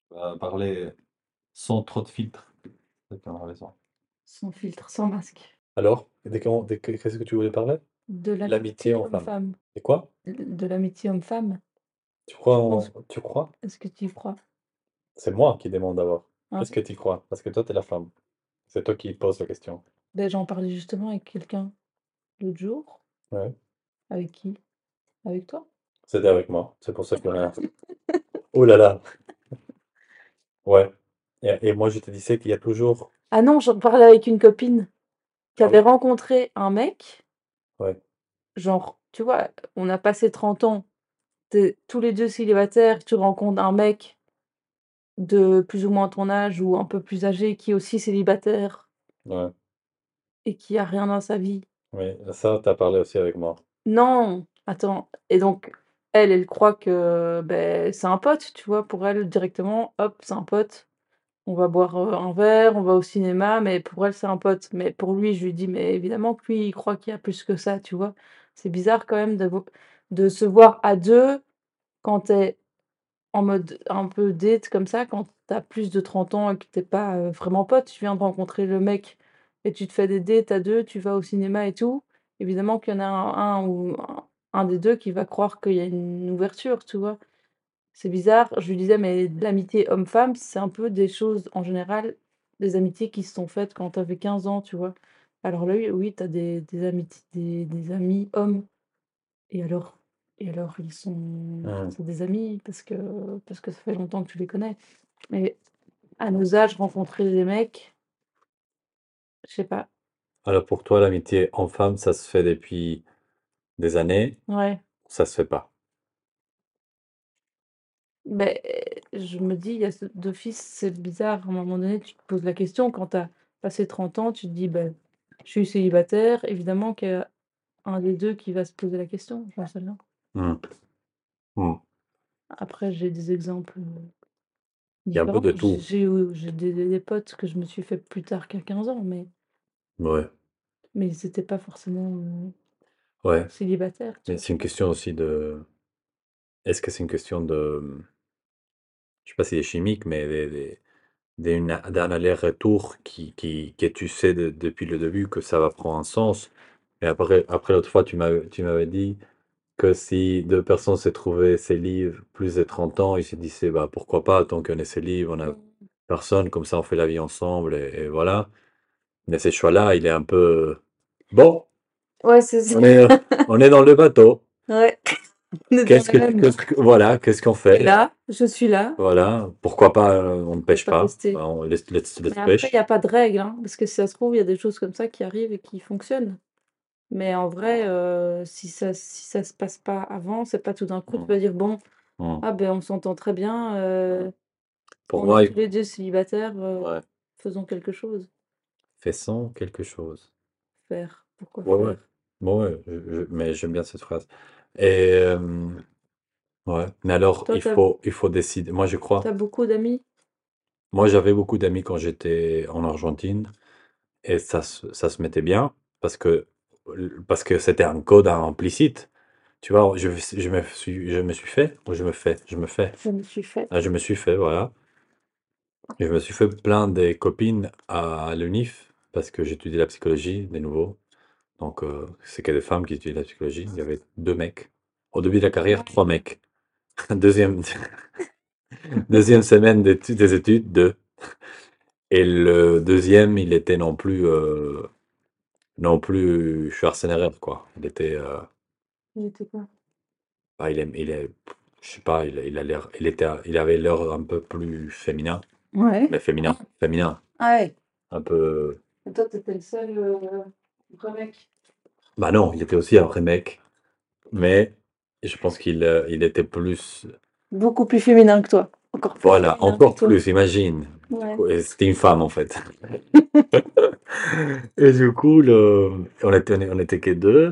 Parler sans trop de filtres. C'est qu'on a raison. Sans filtre, sans masque. Alors, qu'est-ce que tu voulais parler? De L'amitié l'amitié en femme. homme-femme. Et quoi? De l'amitié homme-femme. Tu crois Tu penses, tu crois? est-ce que tu y crois? C'est moi qui demande d'abord. Hein? Est-ce que tu y crois? Parce que toi, t'es la femme. C'est toi qui poses la question. Ben, j'en parlais justement avec quelqu'un l'autre jour. Ouais. Avec qui? Avec toi? C'était avec moi. C'est pour ça que rien. Oh là là. Ouais. Et moi, je te disais qu'il y a toujours. Ah non, j'en parlais avec une copine qui Ah avait oui? rencontré un mec. Ouais. Genre, tu vois, on a passé 30 ans, t'es tous les deux célibataires, tu rencontres un mec de plus ou moins ton âge ou un peu plus âgé qui est aussi célibataire Ouais. et qui a rien dans sa vie. Oui. Ça, t'as parlé aussi avec moi. Non, attends. Et donc, elle croit que ben, c'est un pote, tu vois, pour elle, directement, hop, c'est un pote. On va boire un verre, on va au cinéma, mais pour elle, c'est un pote. Mais pour lui, je lui dis, mais évidemment que lui, il croit qu'il y a plus que ça, tu vois. C'est bizarre quand même de se voir à deux quand t'es en mode un peu date comme ça, quand t'as plus de 30 ans et que t'es pas vraiment pote. Tu viens de rencontrer le mec et tu te fais des dates à deux, tu vas au cinéma et tout. Évidemment qu'il y en a un des deux qui va croire qu'il y a une ouverture, tu vois. C'est bizarre. Je lui disais, mais l'amitié homme-femme, c'est un peu des choses, en général, des amitiés qui se sont faites quand tu avais 15 ans, tu vois. Alors là, oui, oui, tu as des amitiés, des amis hommes. Et alors, ils sont, Hmm. c'est des amis parce que ça fait longtemps que tu les connais. Mais à nos âges, rencontrer des mecs, je sais pas. Alors pour toi, l'amitié homme-femme, ça se fait depuis des années, Ouais. ça se fait pas. Mais je me dis, il y a d'office, c'est bizarre. À un moment donné, tu te poses la question, quand tu as passé 30 ans, tu te dis, ben, je suis célibataire. Évidemment qu'il y a un des deux qui va se poser la question, j'en sais rien. Hmm. Hmm. Après, j'ai des exemples Il y a un peu différents. de tout. J'ai des potes que je me suis fait plus tard qu'à 15 ans, Ouais. mais ils étaient pas forcément Ouais. célibataires, tu Mais vois. c'est une question aussi de. Est-ce que c'est une question de. Je sais pas si c'est chimique, mais d'un aller-retour que tu sais depuis le début que ça va prendre un sens. Et après l'autre fois, tu m'avais dit que si deux personnes s'est trouvé ces livres plus de 30 ans, ils se disaient, bah, pourquoi pas, tant qu'on est ces livres, on a personne, comme ça on fait la vie ensemble, et voilà. Mais ces choix-là, il est un peu. Bon, Ouais, c'est ça. on est, on est dans le bateau. Ouais, on est dans la même. Voilà, qu'est-ce qu'on Et fait? là, je suis là, Voilà, pourquoi pas, on ne je vais pêche pas pas, tester. on Mais laisse après, il y pêche. a pas de règle, hein, parce que si ça se trouve, il y a des choses comme ça qui arrivent et qui fonctionnent. Mais en vrai, si ça se passe pas avant, c'est pas tout d'un coup, tu Mm, vas dire: «Bon, mm. ah ben, on s'entend très bien, Pour on est moi, tous les 2 célibataires, ouais, faisons quelque chose». faisons quelque chose. Faire, pourquoi Ouais, ouais. faire? Bon, ouais, mais j'aime bien cette phrase. Et ouais, mais alors Toi, il faut décider. Moi, je crois. t'as beaucoup d'amis? Moi, j'avais beaucoup d'amis quand j'étais en Argentine et ça se mettait bien parce que parce que c'était un code implicite. Tu vois, je me suis fait, ou je me fais. Je me suis fait. Ah, je me suis fait, voilà. Et je me suis fait plein des copines à l'UNIF parce que j'étudie la psychologie, des nouveaux. Donc, c'est que des femmes qui étudient la psychologie. Il y avait deux mecs. Au début de la carrière, trois mecs. Deuxième, deuxième semaine des études, deux. Et le deuxième, il était non plus Schwarzenegger, quoi. Il était, Il était quoi? bah, je sais pas, il avait l'air un peu plus féminin. Ouais. Mais féminin, féminin. Ah ouais. Un peu. Et toi, tu le seul, vrai mec? Bah non, il était aussi un vrai mec. Mais je pense qu'il était plus. Beaucoup plus féminin que toi. Encore plus Voilà, féminin que encore toi. plus, imagine. Du Ouais. coup, et c'était une femme, en fait. Et du coup, on était que deux.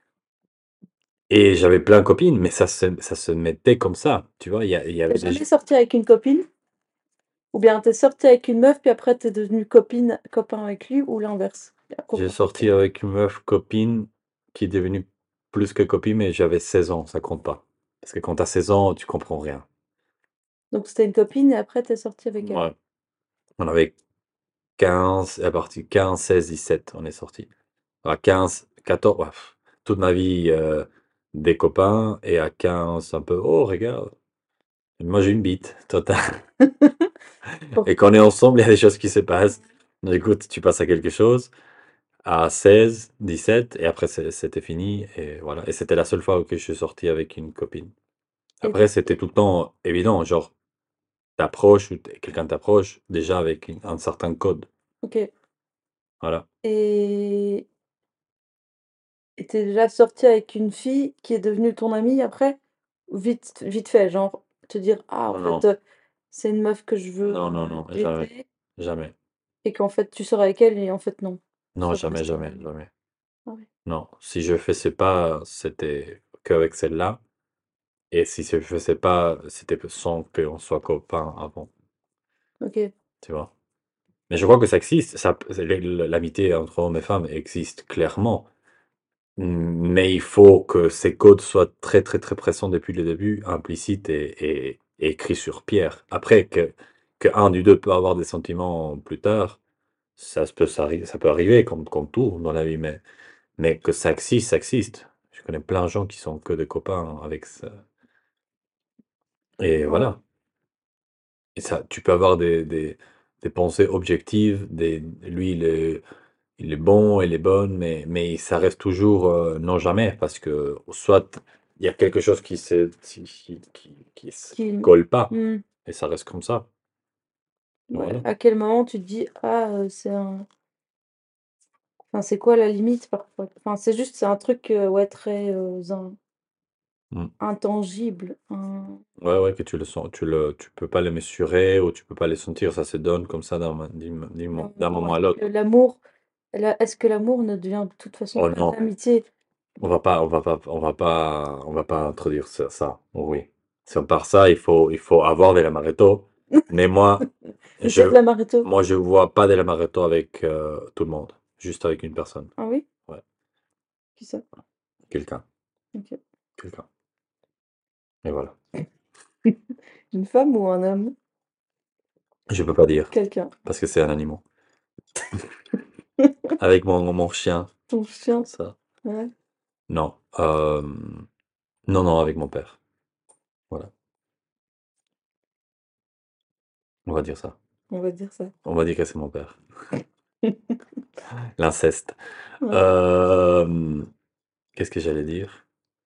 Et j'avais plein de copines, mais ça se mettait comme ça. Tu vois, il y Tu avait jamais sorti avec une copine? Ou bien tu sorti avec une meuf, puis après t'es devenu copain avec lui, ou l'inverse? À j'ai proprement sorti parler. avec une meuf copine qui est devenue plus que copine, mais j'avais 16 ans, ça compte pas. Parce que quand t'as 16 ans, tu comprends rien. Donc c'était une copine et après tu es sortie avec elle? Ouais. On avait 15, à partir 15, 16, 17, on est sortis. À 15, 14, ouais, toute ma vie, des copains, et à 15, un peu, oh, regarde, moi j'ai une bite, toi t'as. Pour Et quand on est ensemble, il y a des choses qui se passent. Donc, écoute, tu passes à quelque chose, à 16, 17, et après c'était fini, et voilà. Et c'était la seule fois que je suis sorti avec une copine. et Après, c'était tout le temps évident, genre, t'approches, ou quelqu'un t'approche, déjà avec un certain code. OK Voilà. et tu es déjà sortie avec une fille qui est devenue ton amie après? Vite vite fait, genre te dire: «Ah en Non, non, fait, c'est une meuf que je veux, non, non, non, jamais, dater» jamais. et qu'en fait tu sors avec elle et en fait non, Non, ça te jamais, reste jamais, jamais. ah ouais. Non, si je faisais pas, c'était qu'avec celle-là. Et si je faisais pas, c'était sans qu'on soit copains avant, OK. tu vois. Mais je crois que ça existe, l'amitié entre hommes et femmes existe clairement. Mais il faut que ces codes soient très, très, très présents depuis le début, implicites et écrits sur pierre. Après, que un du deux peut avoir des sentiments plus tard, ça peut arriver comme tout dans la vie, mais que ça existe, ça existe. Je connais plein de gens qui sont que des copains avec ça. Et Ouais, voilà. Et ça, tu peux avoir des pensées objectives, lui, il est bon, elle est bonne, mais ça reste toujours non jamais, parce que soit il y a quelque chose qui qui colle pas, mmh, et ça reste comme ça. ouais. Voilà. À quel moment tu te dis: «Ah, c'est un» enfin, c'est quoi la limite parfois? Enfin, c'est juste, c'est un truc, ouais, très, Mm. intangible, in Ouais, ouais, que tu le sens, tu peux pas les mesurer ou tu peux pas les sentir, ça se donne comme ça d'un moment à est-ce que l'autre. l'amour est-ce que l'amour ne devient de toute façon Oh pas de non, l'amitié? on va pas introduire ça. Oui. Si on part ça, il faut avoir des amaretto. Mais Mais c'est de l'amaretto. moi, je vois pas des amaretto avec tout le monde. Juste avec une personne. Ah oui? Ouais. Qui ça? Quelqu'un. OK. Quelqu'un. Et voilà. Une femme ou un homme? Je peux pas dire. Quelqu'un. Parce que c'est un animal. Avec mon chien. Ton Comme chien? ça. Ouais, Non. Non, non, avec mon père. Voilà. On va dire ça. on va dire ça. On va dire que c'est mon père. L'inceste. Ouais. Euh, Qu'est-ce que j'allais dire?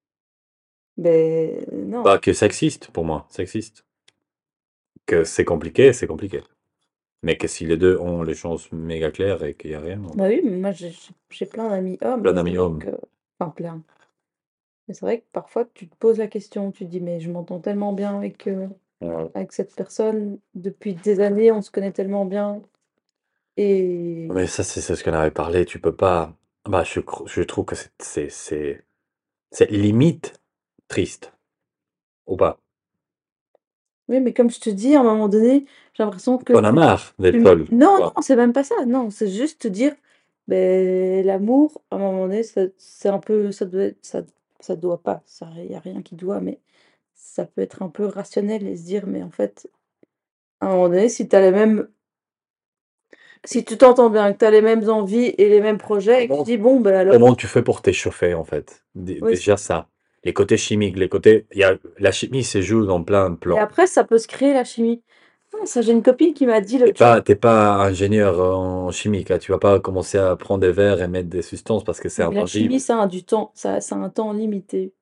Beh, non. Bah, que ça existe pour moi, ça existe. Que c'est compliqué, c'est compliqué. Mais que si les deux ont les chances méga claires et qu'il y a rien, Bah oui, mais moi j'ai plein d'amis hommes plein et c'est d'amis vrai hommes. que enfin plein. Mais c'est vrai que parfois tu te poses la question, tu te dis: «Mais je m'entends tellement bien Ouais. avec cette personne depuis des années, on se connaît tellement bien» et Mais ça, c'est ce qu'on avait parlé, tu peux pas. Bah, je trouve que c'est limite triste, ou pas. oui, mais comme je te dis, à un moment donné, j'ai l'impression que T'en as marre d'être tu seul, ou non, pas. non, c'est même pas ça, non, c'est juste te dire, beh, l'amour, à un moment donné, ça c'est un peu ça doit être ça doit pas, ça il y a rien qui doit, mais ça peut être un peu rationnel et se dire: «Mais en fait, à un moment donné, si tu as les mêmes si tu t'entends bien, que tu as les mêmes envies et les mêmes projets et que tu Comment, dis: "Bon, ben alors" comment tu fais pour t'échauffer, en fait? oui, Déjà ça. Les côtés chimiques, les côtés. La chimie se joue dans plein de et plans. après ça peut se créer la chimie. Ah ça, j'ai une copine qui m'a dit l'autre jour T'es pas ingénieur en chimie, là. Tu vas pas commencer à prendre des verres et mettre des substances parce que c'est mais la chimie, intangible. ça a du temps, ça a un temps limité.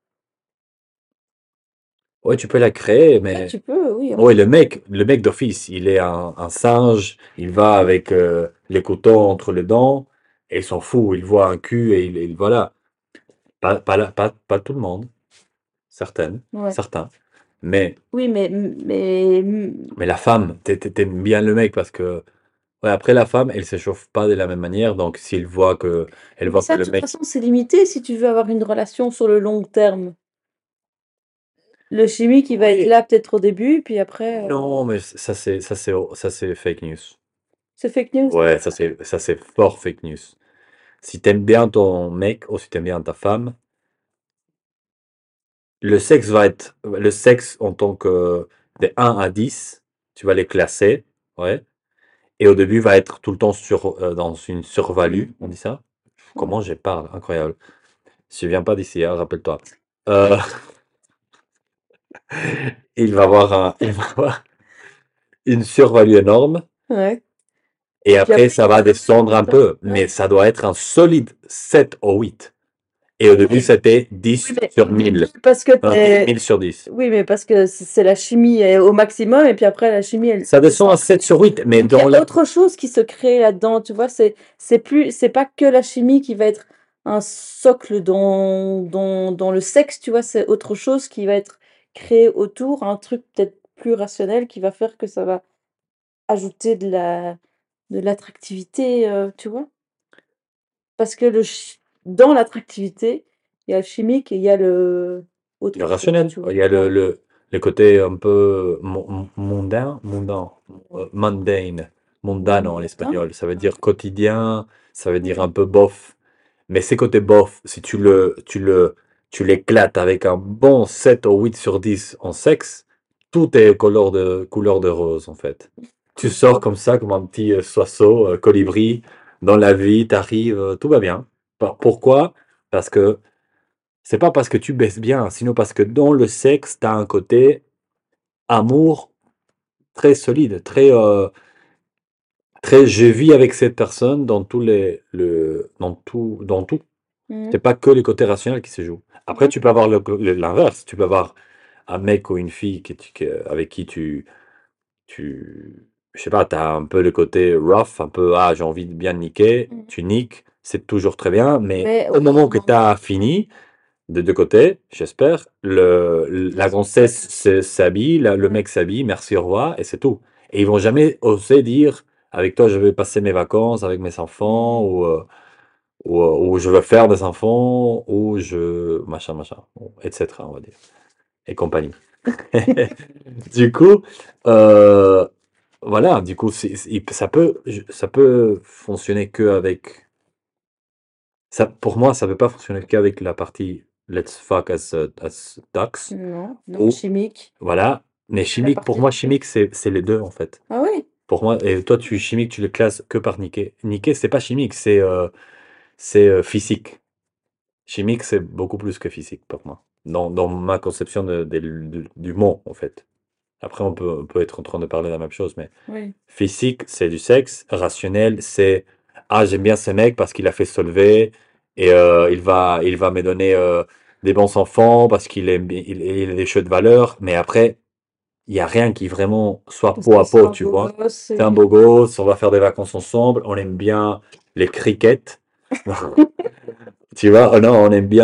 Ouais, tu peux la créer, Ouais, mais tu peux, oui, en ouais, fait, le mec d'office, il est un singe, il va avec les couteaux entre les dents et il s'en fout, il voit un cul et voilà. Pas tout le monde, ouais. certains, mais, Oui, mais la femme, t'aimes bien le mec parce que, ouais, après la femme, elle s'échauffe pas de la même manière, donc s'il voit que, elle mais voit que ça, de le toute mec, façon, c'est limité si tu veux avoir une relation sur le long terme. Le chimique, il va être oui, là peut-être au début, puis après, non, mais ça c'est fake news. c'est fake news? Ouais, ça c'est fort fake news. Si t'aimes bien ton mec ou si t'aimes bien ta femme, le sexe en tant que de 1 à 10, tu vas les classer, ouais. Et au début, va être tout le temps dans une survalue, on dit ça? Ouais. Comment je parle? Incroyable. Je viens pas d'ici, hein, rappelle-toi. Euh, il va avoir une survalue énorme. Ouais. Et Et puis après, après, ça il va va descendre un descendre. peu. Ouais. Mais ça doit être un solide 7 ou 8. Et au début, c'était Oui, 10 mais sur 1000. parce que Hein, t'es... 1000 sur 10. Oui, mais parce que c'est la chimie au maximum, et puis après, la chimie, elle Ça descend descend. à 7 sur 8. Mais Donc, il y dans a la... autre chose qui se crée là-dedans, tu vois. C'est pas que la chimie qui va être un socle dans le sexe, tu vois. C'est autre chose qui va être créé autour, un truc peut-être plus rationnel qui va faire que ça va ajouter de l'attractivité, tu vois. Parce que dans l'attractivité, il y a le chimique et il y a Le autre chose, rationnel. tu Il vois. y a Ouais. le côté un peu mondain, mundane, mundano en Mondain. espagnol. Ça veut dire quotidien, ça veut dire un Ouais. peu bof. Mais ces côtés bof, si tu l'éclates avec un bon 7 ou 8 sur 10 en sexe, tout est couleur de rose, en fait. Tu sors Cool. comme ça, comme un petit soiseau, colibri, dans la vie, t'arrives, tout va bien. Pourquoi? Parce que c'est pas parce que tu baisses bien, sinon parce que dans le sexe, t'as un côté amour très solide, très je vis avec cette personne dans dans tout. Mhm. C'est pas que le côté rationnel qui se joue. Après, Ouais. tu peux avoir l'inverse. Tu peux avoir un mec ou une fille avec qui je sais pas, t'as un peu le côté rough, un peu, ah, j'ai envie de bien niquer. Mhm. Tu niques, c'est toujours très bien, mais Mais au moment que non. t'as fini, de deux côtés, j'espère, la grossesse s'habille, le mec s'habille, merci, au revoir, et c'est tout. Et ils vont jamais oser dire, avec toi, je vais passer mes vacances avec mes enfants, Mhm. ou je veux faire des enfants, ou machin, etc., on va dire, et compagnie. Du coup, euh, voilà, du coup, ça peut fonctionner que avec, pour moi, ça peut pas fonctionner qu'avec la partie let's fuck as ducks, Non, non, ou, chimique. voilà, mais La chimique, pour partie moi, chimique. chimique, c'est les deux, en fait. Ah oui. Pour moi, et toi, chimique, tu le classes que par niquer. Niquer, c'est pas chimique, c'est physique. Chimique, c'est beaucoup plus que physique pour moi. Dans ma conception du mot, en fait. Après, on peut être en train de parler de la même chose, mais Oui. physique, c'est du sexe. Rationnel, c'est ah, j'aime bien ce mec parce qu'il a fait se lever et il va me donner des bons enfants parce il a des choses de valeur. Mais après, il n'y a rien qui vraiment soit Parce peau que à c'est peau, un tu beau vois. gosse. C'est un beau gosse, on va faire des vacances ensemble, on aime bien les crickets. Tu vois, oh non,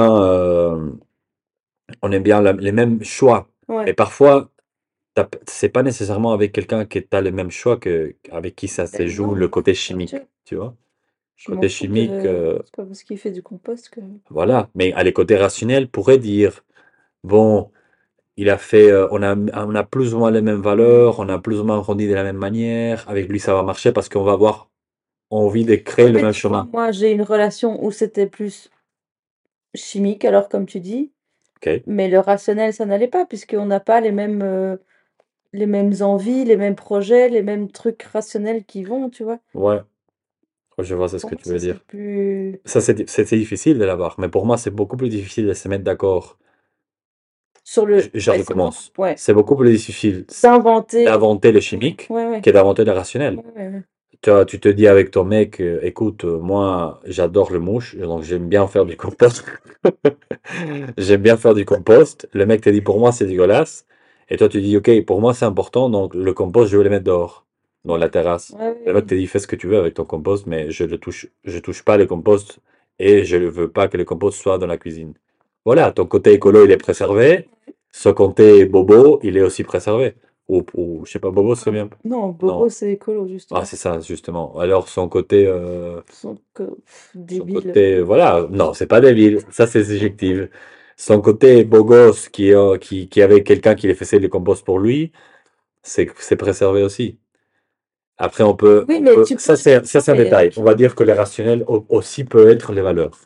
on aime bien les mêmes choix. Mais Ouais. parfois, c'est pas nécessairement avec quelqu'un qui a le même choix avec qui ça se Ben joue non, le côté bien sûr. chimique, tu vois. Je m'en Côté fous chimique, de. C'est pas parce qu'il fait du compost que. voilà. Mais les côtés rationnels pourraient dire, bon, il a fait, on a plus ou moins les mêmes valeurs, on a plus ou moins grandi de la même manière, avec lui ça va marcher parce qu'on va avoir envie de créer Ouais, le mais même tu vois, chemin. moi, j'ai une relation où c'était plus chimique, alors comme tu dis, Ok? mais le rationnel, ça n'allait pas, puisqu'on n'a pas les mêmes envies, les mêmes projets, les mêmes trucs rationnels qui vont, tu vois. Ouais, je vois c'est ce Pour que moi, tu ça veux serait dire. plus Ça, c'est difficile de l'avoir, mais pour moi, c'est beaucoup plus difficile de se mettre d'accord. sur le. Je Ouais, c'est beaucoup. recommence. Ouais. C'est beaucoup plus difficile D'inventer. d'inventer le chimique Ouais, ouais. que d'inventer le rationnel. Ouais, ouais, ouais. Tu te dis avec ton mec, écoute, moi, j'adore le mouche, donc j'aime bien faire du compost. J'aime bien faire du compost. Le mec te dit, pour moi, c'est dégueulasse. Et toi, tu dis, ok, pour moi, c'est important, donc le compost, je vais le mettre dehors, dans la Ouais. terrasse. Ouais, Le mec te ouais, dit, fais ce que tu veux avec ton compost, mais je touche pas le compost et je ne veux pas que le compost soit dans la cuisine. Voilà, ton côté écolo, il est préservé. Ce côté bobo, il est aussi préservé. Je sais pas, bobo, c'est bien. non, Non. Bobo, c'est écolo, Ah, justement. c'est ça, justement. Alors, son Débile. côté, voilà, non, c'est pas débile, ça c'est subjectif. Son côté beau gosse qui avait quelqu'un qui les faisait le compost pour lui, c'est préservé aussi. Après, Oui, mais tu peux. ça c'est un Ouais, détail. On va dire que les rationnels aussi peut être les valeurs.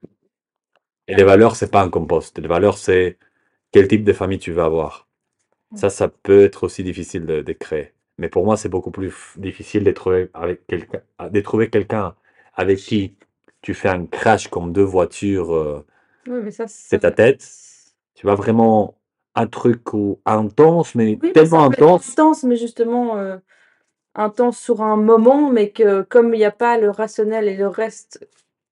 Et les valeurs, c'est pas un compost. Les valeurs, c'est quel type de famille tu veux avoir. Ça peut être aussi difficile de créer. Mais pour moi, c'est beaucoup plus difficile de trouver quelqu'un avec qui tu fais un crash comme deux voitures Oui, mais ça tête à peut tête. Tu vois vraiment un truc intense, mais oui, mais ça tellement peut être intense. intense, mais justement, intense sur un moment, mais que comme il y a pas le rationnel et le reste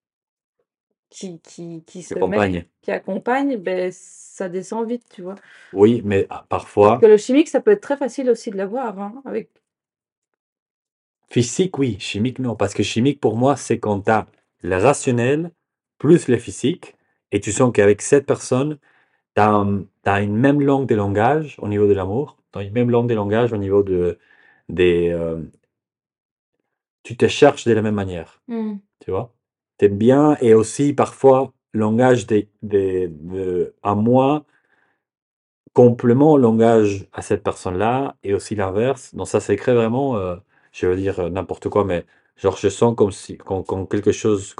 qui De se met, campagne. qui accompagne, beh, ça descend vite, tu vois? Oui, mais Alors parfois, que le chimique, ça peut être très facile aussi de l'avoir, hein, avec physique, oui, chimique, non. Parce que chimique, pour moi, c'est quand tu as le rationnel plus le physique, et tu sens qu'avec cette personne, t'as une même langue des langages au niveau de l'amour, t'as une même langue des langages au niveau des, tu te cherches de la même manière, mmh. tu vois. T'aimes bien, et aussi parfois, langage à moi, complément au langage à cette personne-là, et aussi l'inverse. Donc ça s'écrit vraiment, je veux dire n'importe quoi, mais genre je sens comme si, quand quelque chose,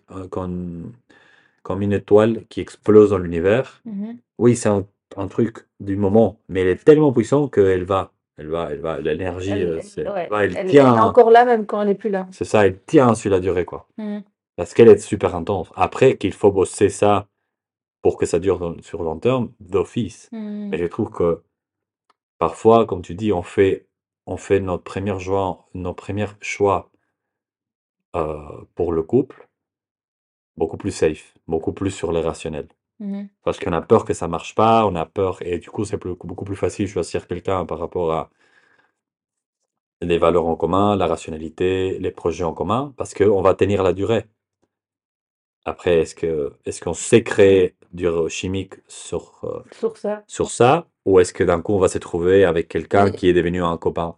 comme une étoile qui explose dans l'univers. Mmh. Oui, c'est un truc du moment, mais elle est tellement puissante l'énergie, Ouais, elle elle est tient, encore là même quand elle est plus là. c'est ça, elle tient sur la durée, quoi. Mmh. Parce qu'elle est super intense. Après, qu'il faut bosser ça pour que ça dure sur long terme, d'office. Mais Mmh. je trouve que parfois, comme tu dis, on fait notre premier choix pour le couple, beaucoup plus safe, beaucoup plus sur le rationnel. Mmh. Parce qu'on a peur que ça marche pas, on a peur, et du coup, c'est beaucoup plus facile de choisir quelqu'un par rapport à les valeurs en commun, la rationalité, les projets en commun, parce qu'on va tenir la durée. Après, est-ce qu'on sait créer du chimique Sur ça, sur ça, ou est-ce que d'un coup, on va se trouver avec quelqu'un mais qui est devenu un copain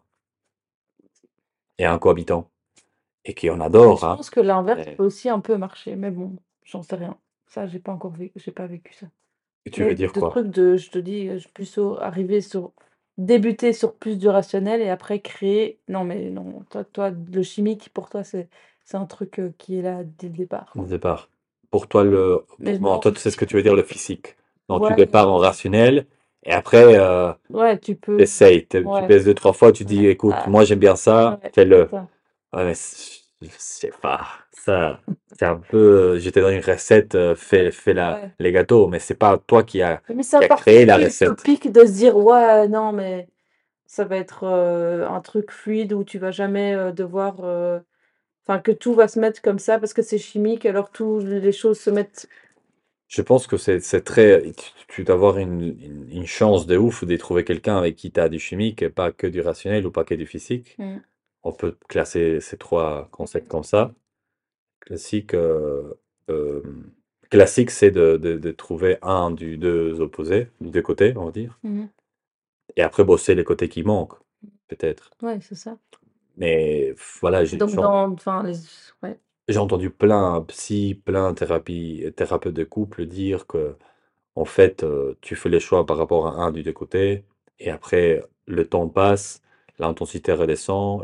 et un cohabitant, et qui en mais adore, je hein? pense que l'inverse Mais peut aussi un peu marcher, mais bon, j'en sais rien. Ça, j'ai pas vécu ça. tu veux Mais dire de quoi? trucs de je te dis, plutôt arriver sur débuter sur plus du rationnel et après créer non, mais non, toi, le chimique pour toi, c'est un truc, qui est là dès le départ, Au quoi. départ. Pour toi, Mais bon, non, toi, tu sais ce que tu veux dire, le physique. Donc, tu ouais, départs en rationnel, et après, ouais, tu peux t'essayes, tu ouais, pèses deux, trois fois, tu dis, ouais, écoute, ah, moi, j'aime bien ça, ouais, c'est fais-le. ça. Ouais, mais je sais pas. Ça, c'est un peu. Je te donne une recette, Ouais. les gâteaux, mais c'est pas toi Mais qui ça a part créé trop la recette. utopique de se dire: «Ouais, non, mais ça va être, un truc fluide où tu vas jamais, devoir, enfin que tout va se mettre comme ça parce que c'est chimique, alors tous les choses se mettent» Je pense que c'est très. Tu dois avoir une chance de ouf de trouver quelqu'un avec qui tu as du chimique, et pas que du rationnel ou pas que du physique. mmh. On peut classer ces trois concepts comme ça. Classique, euh, classique, c'est de trouver un du deux opposés, du deux côtés, on va dire. Mmh. Et après bosser les côtés qui manquent, peut-être. Ouais, c'est ça. Mais voilà, Donc dans enfin les ouais. j'ai entendu plein plein thérapeutes de couple dire que, en fait, tu fais les choix par rapport à un du deux côtés, et après, le temps passe, l'intensité redescend,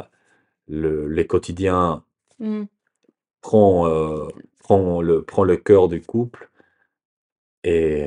les quotidiens Mmh. prend, prend le cœur du couple, et,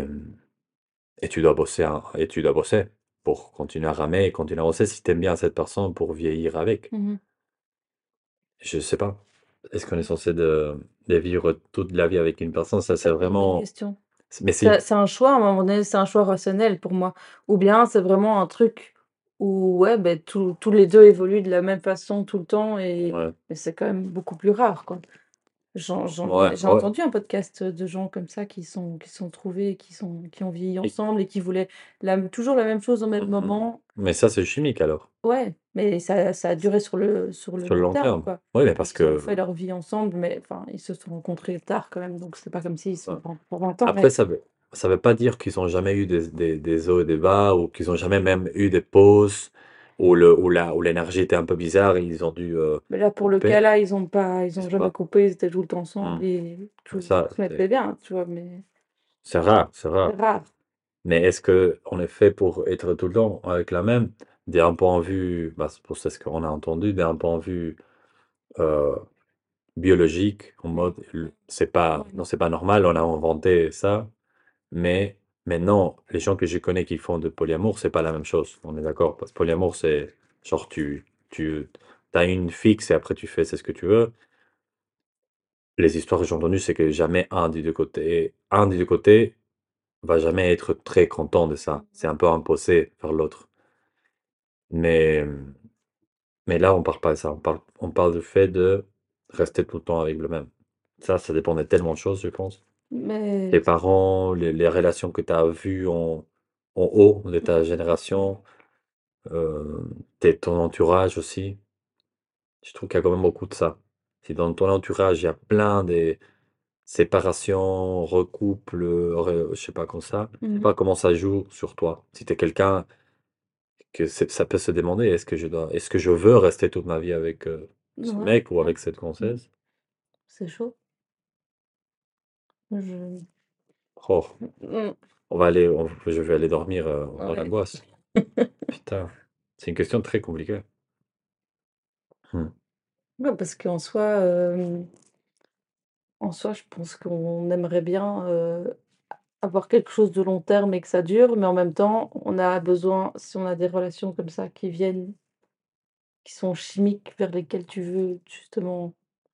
et tu dois bosser pour continuer à ramer et continuer à bosser si tu aimes bien cette personne pour vieillir avec. Mmh mh. Je sais pas. Est-ce qu'on est censé de vivre toute la vie avec une personne? Ça, c'est C'est une bonne vraiment. question. Mais c'est. C'est un choix, à un moment donné, c'est un choix rationnel pour moi. Ou bien c'est vraiment un truc où, ouais, beh, tous les 2 évoluent de la même façon tout le temps Ouais, et c'est quand même beaucoup plus rare, quoi. ouais, J'ai ouais. entendu un podcast, de gens comme ça qui se sont trouvés et qui ont vieilli ensemble et qui voulaient toujours la même chose au même Mhm. moment. Mais ça, c'est chimique alors, Ouais, mais ça a duré sur le sur le long long terme, terme. quoi. Oui, mais parce Ils ont que. fait leur vie ensemble, mais enfin, ils se sont rencontrés tard quand même, donc c'est pas comme s'ils se sont Ouais. rencontrés pour 20 ans, Après, mais ça veut pas dire qu'ils ont jamais eu des hauts et des bas, ou qu'ils ont jamais même eu des pauses où l'énergie était un peu bizarre et ils ont dû là, pour le cas couper. là, Je ils ont sais jamais pas. coupé, ils étaient tout le temps Hmm. ensemble et Ça, tout se mettait bien, tu vois? Mais c'est rare, c'est c'est rare. rare. Mais est-ce que on est fait pour être tout le temps avec la même? D'un point de vue, bah, c'est pour ça ce qu'on a entendu, d'un point de vue euh, biologique, en Mmh. mode, c'est pas, Ouais, non, non. c'est pas normal, on a inventé ça, mais Maintenant, les gens que je connais qui font de polyamour, c'est pas la même chose. On est d'accord? Parce que polyamour, c'est genre tu as une fixe et après tu fais c'est ce que tu veux. Les histoires que j'ai entendues, c'est que jamais un des deux côtés va jamais être très content de ça. C'est un peu imposé vers l'autre. Mais, mais là, on parle pas de ça. On parle du fait de rester tout le temps avec le même. Ça dépend de tellement de choses, je pense. Tes Mais parents, les relations que tu as vues en haut de ta génération, euh, ton entourage aussi. Je trouve qu'il y a quand même beaucoup de ça. Si dans ton entourage, il y a plein de séparations, recouples, je sais pas comme ça, je sais mmh, pas comment ça joue sur toi. Si tu es quelqu'un que ça peut se demander, est-ce que je veux rester toute ma vie avec ce ouais, mec ou ouais, avec cette mmh, française? c'est chaud. Je Oh, mmh, je vais aller dormir dans ouais. l'angoisse. Putain, c'est une question très compliquée. Hmm. Ouais, parce en soi, je pense qu'on aimerait bien, avoir quelque chose de long terme et que ça dure, mais en même temps, on a besoin si on a des relations comme ça qui sont chimiques, vers lesquelles tu veux justement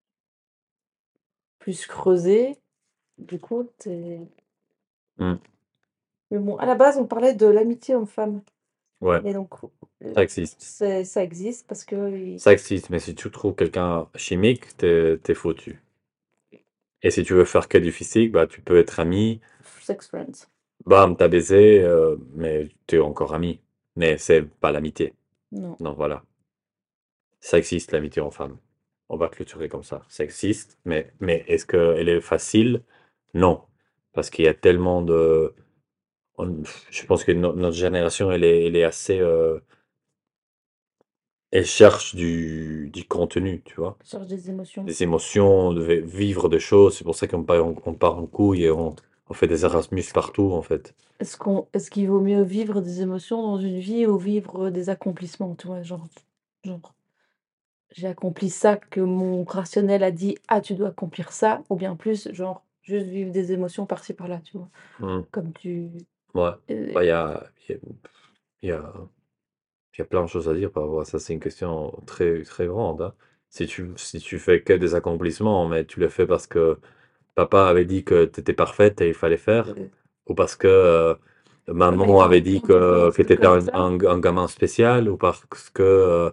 plus creuser, du coup, tu Hmm. mais bon, à la base, on parlait de l'amitié homme-femme Ouais, et donc ça existe. ça existe parce qu'ils Ça existe, mais si tu trouves quelqu'un chimique, t'es foutu. Et si tu veux faire que du physique, bah tu peux être ami, sex friends. bam, t'as baisé, mais t'es encore ami. Mais c'est pas l'amitié. Non, Non, voilà. Ça existe, l'amitié en femme. On va clôturer comme ça. Ça existe, mais est-ce qu'elle est facile? Non. Parce qu'il y a tellement de... je pense que notre génération, elle est assez... elle cherche du contenu, tu vois. cherche des émotions. Des émotions, de vivre des choses. C'est pour ça on part en couille et on fait des Erasmus partout, en fait. Est-ce qu'il vaut mieux vivre des émotions dans une vie ou vivre des accomplissements, tu vois? Genre, j'ai accompli ça que mon rationnel a dit: «Ah, tu dois accomplir ça», ou bien plus, genre, juste vivre des émotions par-ci par-là, tu vois? Mm. Comme tu Ouais. heu, Bah, il y a, il y a plein de choses à dire par rapport à ça. C'est une question très, très grande, hein. Si tu fais que des accomplissements, mais tu le fais parce que papa avait dit que tu étais parfaite et il fallait faire, heu, ou parce que mais maman quand avait dit quand tu que penses tu étais comme un, ça, un gamin spécial, ou parce que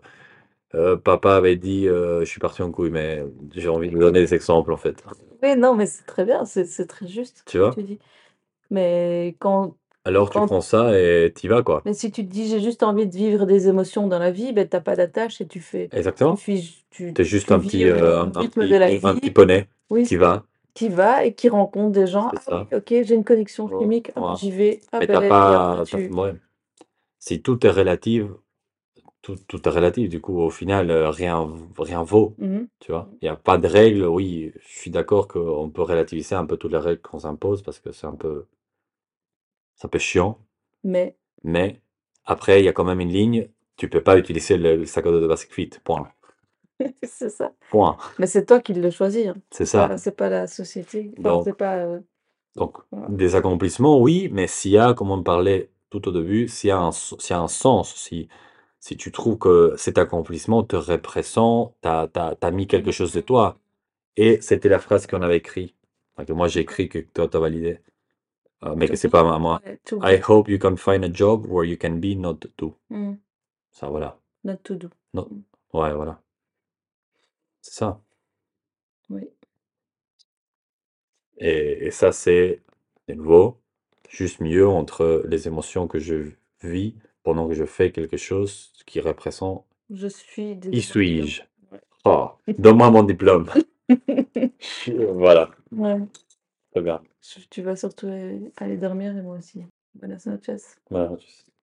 papa avait dit je suis parti en couille, mais j'ai envie de donner des exemples en fait. oui, non, mais c'est très bien, c'est très juste Tu ce que vois? tu dis. Mais quand Alors tu quand prends ça et t'y vas quoi. mais si tu te dis: «J'ai juste envie de vivre des émotions dans la vie», ben, tu as pas d'attache et tu Exactement. figes tu T'es juste tu un vis petit, au rythme de la un petit vie. poney Oui, qui va, qui va et qui rencontre des gens: c'est «Ah oui, ça. OK, j'ai une connexion Ouais. chimique, hop, Ouais. j'y vais, ah Mais t'as beh» et après pas, tu ouais. Si tout est relatif, tout est relatif, du coup, au final, rien vaut, mmh mh. tu vois. Il n'y a pas de règles. Oui, je suis d'accord qu'on peut relativiser un peu toutes les règles qu'on s'impose parce que c'est un peu chiant, Mais mais après, il y a quand même une ligne. Tu peux pas utiliser le sac à dos de basket point. c'est ça. Point. Mais c'est toi qui le choisis, hein. C'est ça. C'est pas la société, enfin, Donc, c'est pas, donc, voilà. des accomplissements, oui, mais s'il y a, comme on parlait tout au début, s'il y a un sens, si tu trouves que cet accomplissement te représente, t'as mis quelque chose de toi. Et c'était la phrase qu'on avait écrit, enfin, que moi j'ai écrit, que toi t'as validé, mais To que c'est be pas à moi. ouais, to I be. hope you can find a job where you can be not do. Mmh. Ça, voilà. Not to do. Non. Mmh. Ouais, voilà. C'est ça. Oui. Et ça, c'est de nouveau juste mieux entre les émotions que je vis pendant que je fais quelque chose qui représente Je suis des qui émotions. suis-je? Ouais. Oh, donne-moi mon diplôme. Voilà, Ouais. très bien. Tu vas surtout aller dormir et moi aussi. Buenas noches. Voilà.